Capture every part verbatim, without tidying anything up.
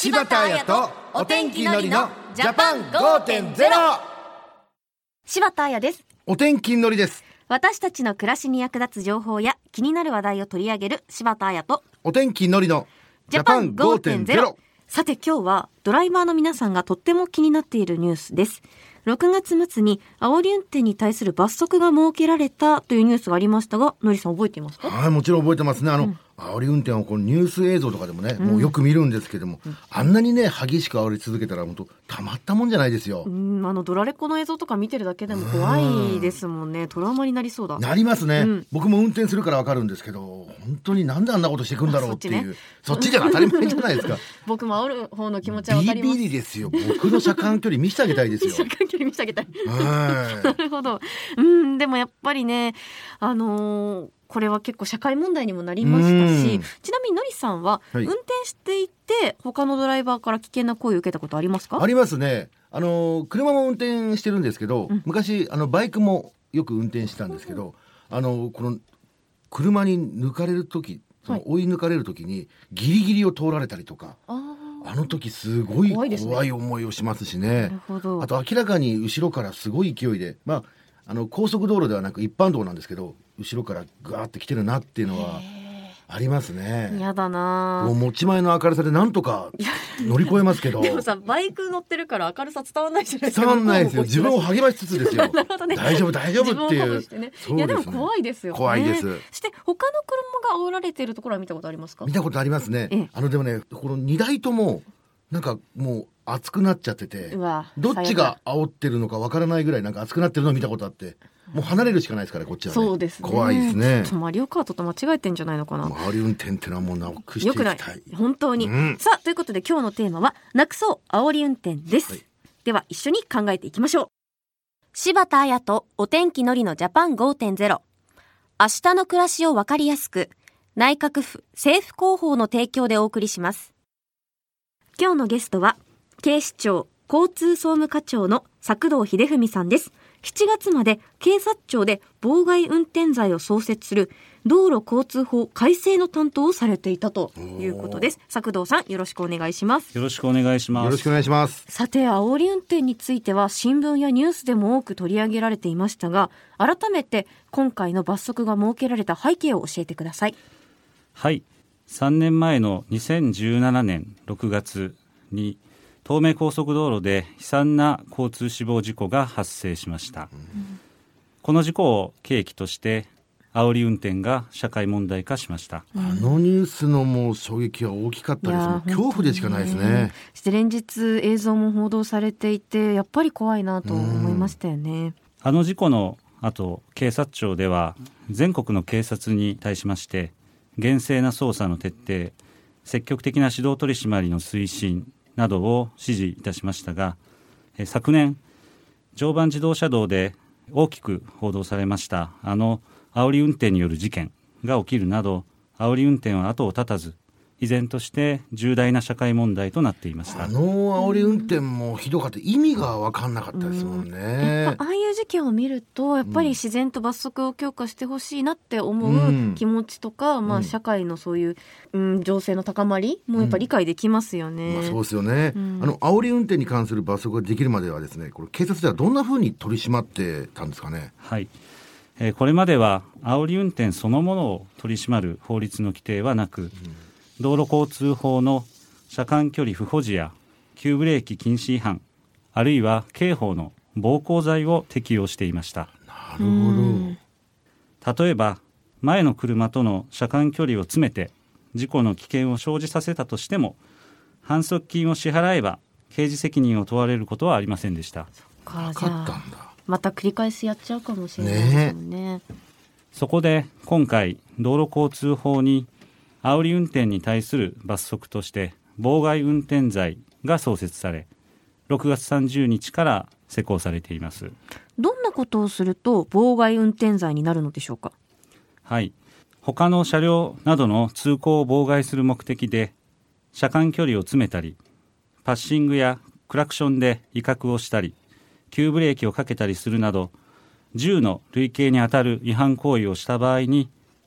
柴田彩とお天気のりのジャパン ごーてんゼロ。 柴田彩です。 お天気のりです。 私たちの暮らしに役立つ情報や気になる話題を取り上げる柴田彩とお天気のりのジャパン ごーてんゼロ。 さて今日はドライバーの皆さんがとっても気になっているニュースです。ろくがつ末に煽り運転に対する罰則が設けられたというニュースがありましたが、のりさん覚えていますか？ はい、もちろん覚えてますね。あの、うん、煽り運転をこのニュース映像とかでもね、うん、もうよく見るんですけども、うん、あんなにね激しく煽り続けたら本当たまったもんじゃないですよ。 うん、あのドラレコの映像とか見てるだけでも怖いですもんね。トラウマになりそうだ。 なりますね、うん、僕も運転するからわかるんですけど、本当になんであんなことしてくんだろうっていう、そっち、ね、そっちじゃ当たり前じゃないですか。 僕も煽る方の気持ちはわかります。 ビリビリですよ。僕の車間距離見せてあげたいですよ。 車間距離見せてあげたい。なるほど。うん、でもやっぱりね、あのー、これは結構社会問題にもなりましたし、ちなみにのりさんは運転していて他のドライバーから危険な行為を受けたことありますか？ ありますね。あの車も運転してるんですけど、うん、昔あのバイクもよく運転してたんですけど、あのこの車に抜かれる時、その追い抜かれる時にギリギリを通られたりとか、はい、あの時すごい怖い思いをしますしね。なるほど。あと明らかに後ろからすごい勢いで、まああの高速道路ではなく一般道なんですけど、後ろからガーって来てるなっていうのはありますね。 やだな。 もう持ち前の明るさでなんとか乗り越えますけど。 でもさ、バイク乗ってるから明るさ伝わんないじゃないですか。 伝わんないですよ。自分を励ましつつですよ。なるほどね、大丈夫大丈夫っていう。 自分をね、いやでも怖いですよね。 怖いです。 そして他の車が煽られているところは見たことありますか？ 見たことありますね。ええ、あのでもね、このにだいともなんかもう熱くなっちゃってて、どっちが煽ってるのかわからないぐらいなんか熱くなってるのを見たことあって、もう離れるしかないですからこっちはね。 そうですね。 怖いですね。 マリオカートと間違えてんじゃないのかな。 煽り運転ってのはもうなくしていきたい。よくない。 本当に、うん、さあということで今日のテーマはなくそう煽り運転です、はい、では一緒に考えていきましょう。柴田彩とお天気のりのジャパン ごーてんゼロ。 明日の暮らしをわかりやすく、内閣府政府広報の提供でお送りします。今日のゲストは警視庁交通総務課長の作藤秀文さんです。しちがつまで警察庁で妨害運転罪を創設する道路交通法改正の担当をされていたということです。作藤さん、よろしくお願いします。 よろしくお願いします。 よろしくお願いします。 さて、煽り運転については新聞やニュースでも多く取り上げられていましたが、改めて今回の罰則が設けられた背景を教えてください。 はい、さんねんまえのにせんじゅうななねんろくがつに東名高速道路で悲惨な交通死亡事故が発生しました、うん、この事故を契機として煽り運転が社会問題化しました、 うん、あのニュースのもう衝撃は大きかったです。もう恐怖でしかないですね。 して連日映像も報道されていて、やっぱり怖いなと思いましたよね、うん、 あの事故の後、警察庁では全国の警察に対しまして厳正な捜査の徹底、積極的な指導取締りの推進などを指示いたしましたが、え昨年常磐自動車道で大きく報道されましたあの煽り運転による事件が起きるなど、煽り運転は後を絶たず依然として重大な社会問題となっていました。 あの煽り運転もひどかった。意味が分かんなかったですもんね。 ああいう事件を見るとやっぱり自然と罰則を強化してほしいなって思う気持ちとか、うん、まあ、社会のそういう、うん、情勢の高まりもやっぱり理解できますよね、 うん、まあ、そうですよね、うん、あの煽り運転に関する罰則ができるまではですね、これ警察ではどんなふうに取り締まってたんですかね。 はい、えー、これまでは煽り運転そのものを取り締まる法律の規定はなく、うん、道路交通法の車間距離不保持や急ブレーキ禁止違反、あるいは刑法の暴行罪を適用していました。 なるほど。例えば前の車との車間距離を詰めて事故の危険を生じさせたとしても、反則金を支払えば刑事責任を問われることはありませんでした。 そっか、分かったんだ。また繰り返しやっちゃうかもしれないですもんね。ね。 そこで今回道路交通法に煽り運転に対する罰則として妨害運転罪が創設され、ろくがつさんじゅうにちから施行されています。 どんなことをすると妨害運転罪になるのでしょうか。 はい、他の車両などの通行を妨害する目的で車間距離を詰めたり、パッシングやクラクションで威嚇をしたり、急ブレーキをかけたりするなどじゅうの類型にあたる違反行為をした場合に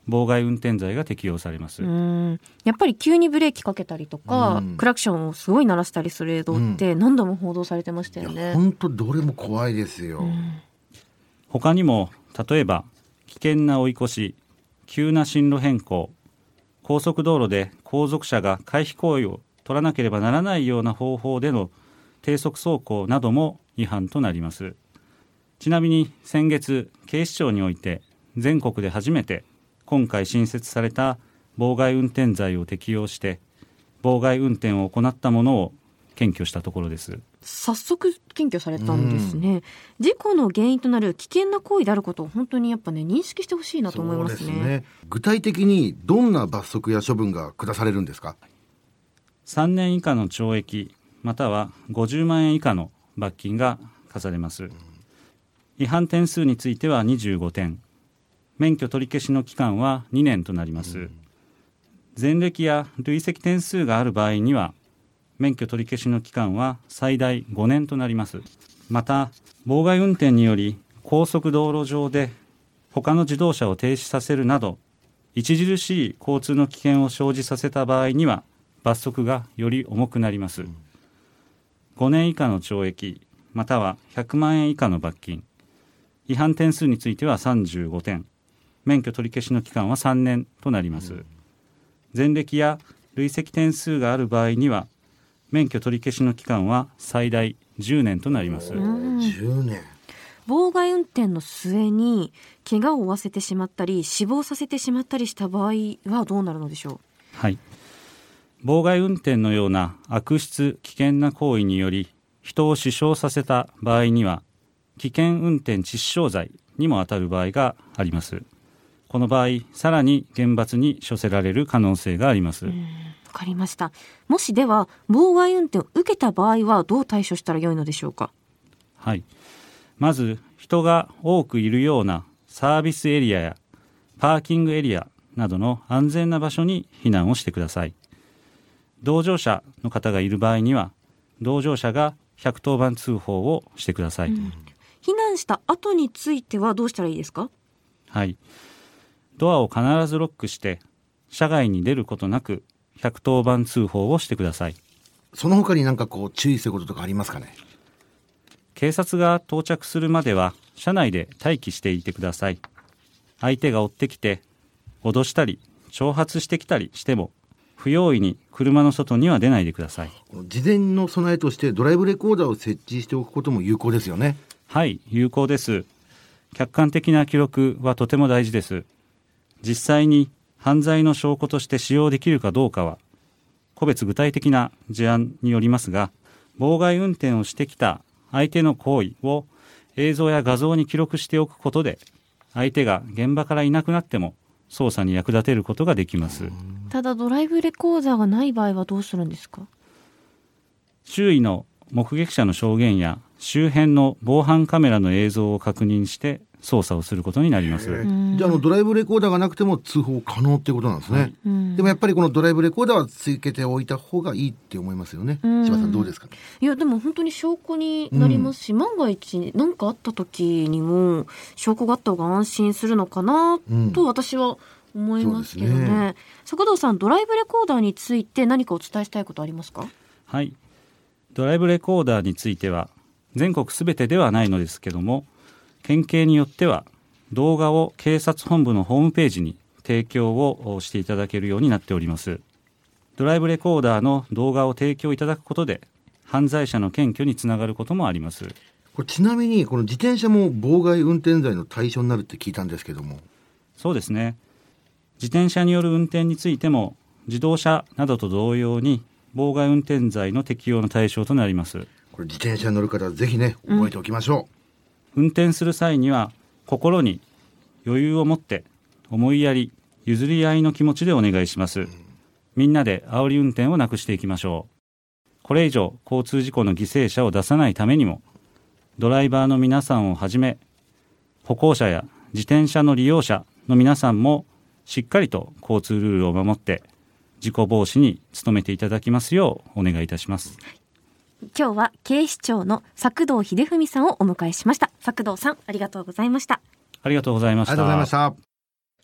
妨害運転罪が適用されます。 うーんやっぱり急にブレーキかけたりとか、うん、クラクションをすごい鳴らしたりする映像って何度も報道されてましたよね。 本当どれも怖いですよ、うん、 他にも例えば危険な追い越し、急な進路変更、高速道路で後続車が回避行為を取らなければならないような方法での低速走行なども違反となります。ちなみに先月警視庁において全国で初めて今回新設された妨害運転罪を適用して妨害運転を行った者を検挙したところです。 早速検挙されたんですね。事故の原因となる危険な行為であることを本当にやっぱね認識してほしいなと思います ね, そうですね。具体的にどんな罰則や処分が下されるんですか？ さんねん以下の懲役またはごじゅうまんえん以下の罰金が課されます。違反点数についてはにじゅうごてん、免許取り消しの期間はにねんとなります。前歴や累積点数がある場合には免許取り消しの期間は最大ごねんとなります。また妨害運転により高速道路上で他の自動車を停止させるなど著しい交通の危険を生じさせた場合には罰則がより重くなります。ごねん以下の懲役またはひゃくまんえん以下の罰金、違反点数についてはさんじゅうごてん、免許取り消しの期間はさんねんとなります。前歴や累積点数がある場合には免許取り消しの期間は最大じゅうねんとなります。じゅうねん。 妨害運転の末に怪我を負わせてしまったり死亡させてしまったりした場合はどうなるのでしょう？ はい、妨害運転のような悪質危険な行為により人を死傷させた場合には危険運転致死傷罪にも当たる場合があります。この場合さらに厳罰に処せられる可能性があります。 わかりました。もしでは妨害運転を受けた場合はどう対処したらよいのでしょうか？ はい、まず人が多くいるようなサービスエリアやパーキングエリアなどの安全な場所に避難をしてください。同乗者の方がいる場合には同乗者がひゃくとおばん通報をしてください、うん、 避難した後についてはどうしたらいいですか？ はい、ドアを必ずロックして車外に出ることなくひゃくとおばん通報をしてください。 その他に何かこう注意することとかありますかね？ 警察が到着するまでは車内で待機していてください。相手が追ってきて脅したり挑発してきたりしても不用意に車の外には出ないでください。 事前の備えとしてドライブレコーダーを設置しておくことも有効ですよね？ はい、有効です。客観的な記録はとても大事です。実際に犯罪の証拠として使用できるかどうかは個別具体的な事案によりますが、妨害運転をしてきた相手の行為を映像や画像に記録しておくことで相手が現場からいなくなっても捜査に役立てることができます。 ただドライブレコーダーがない場合はどうするんですか？ 周囲の目撃者の証言や周辺の防犯カメラの映像を確認して捜査をすることになります。 じゃあ、あのドライブレコーダーがなくても通報可能っていうことなんですね、はい、でもやっぱりこのドライブレコーダーはつけておいた方がいいって思いますよね。柴さんどうですか？ いやでも本当に証拠になりますし、うん、万が一何かあった時にも証拠があった方が安心するのかなと私は思いますけどね、うん、ね。坂東さん、ドライブレコーダーについて何かお伝えしたいことありますか？ はい、ドライブレコーダーについては全国すべてではないのですけども、県警によっては動画を警察本部のホームページに提供をしていただけるようになっております。ドライブレコーダーの動画を提供いただくことで犯罪者の検挙につながることもあります。 これちなみにこの自転車も妨害運転罪の対象になるって聞いたんですけども。 そうですね。自転車による運転についても自動車などと同様に妨害運転罪の適用の対象となります。 これ自転車に乗る方はぜひね覚えておきましょう、うん、運転する際には心に余裕を持って思いやり譲り合いの気持ちでお願いします、うん、みんなで煽り運転をなくしていきましょう。これ以上交通事故の犠牲者を出さないためにもドライバーの皆さんをはじめ歩行者や自転車の利用者の皆さんもしっかりと交通ルールを守って事故防止に努めていただきますようお願いいたします。 今日は警視庁の作動秀文さんをお迎えしました。作動さん、ありがとうございました。 ありがとうございました。 ありがとうございました。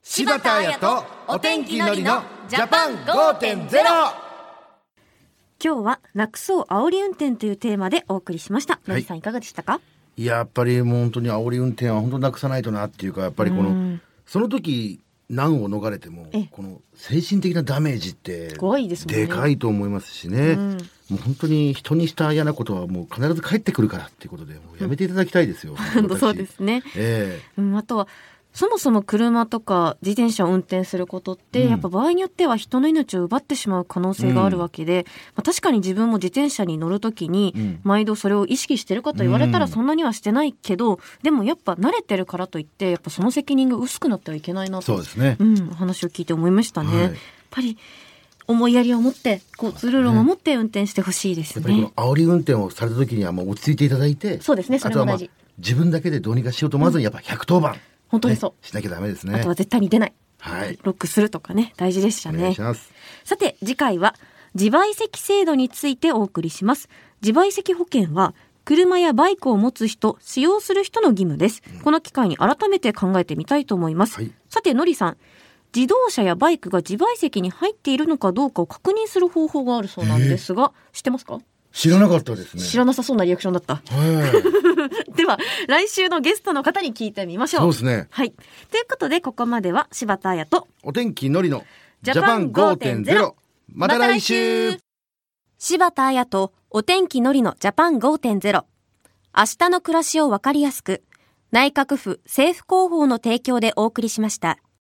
柴田彩とお天気のりのジャパン ごてんゼロ。 今日はなくそう煽り運転というテーマでお送りしました。のりさんいかがでしたか？ いややっぱりもう本当に煽り運転は本当なくさないとなっていうか、やっぱりこのその時難を逃れてもこの精神的なダメージってすごいですもんね。 でかいと思いますしね、うん、もう本当に人にした嫌なことはもう必ず返ってくるからっていうことでもうやめていただきたいですよ、 うん、そうですね、えーうん、あとはそもそも車とか自転車を運転することって、うん、やっぱ場合によっては人の命を奪ってしまう可能性があるわけで、うんまあ、確かに自分も自転車に乗るときに、うん、毎度それを意識してるかと言われたらそんなにはしてないけど、うん、でもやっぱ慣れてるからといってやっぱその責任が薄くなってはいけないなと、 そうですね、 うん、お話を聞いて思いましたね、はい、やっぱり思いやりを持って交通ルールを守って運転してほしいですね。 やっぱりこの煽り運転をされたときにはもう落ち着いていただいて、 そうですね、それも大事。 あとは、まあ、自分だけでどうにかしようと思わずにやっぱひゃくとおばん、 本当にそう、 ね、しなきゃダメですね。 あとは絶対に出ない、 はい、 ロックするとかね、大事でしたね。 お願いします。 さて次回は自賠責制度についてお送りします。自賠責保険は車やバイクを持つ人、使用する人の義務です、うん、この機会に改めて考えてみたいと思います、はい、さてのりさん、自動車やバイクが自賠責に入っているのかどうかを確認する方法があるそうなんですが、えー、知ってますか？ 知らなかったですね。 知らなさそうなリアクションだった、では来週のゲストの方に聞いてみましょう。 そうですね、 はい、ということでここまでは柴田彩とお天気のりのジャパン ごてんゼロ、 また来週。 柴田彩とお天気のりのジャパン ごてんゼロ、 明日の暮らしをわかりやすく、内閣府政府広報の提供でお送りしました。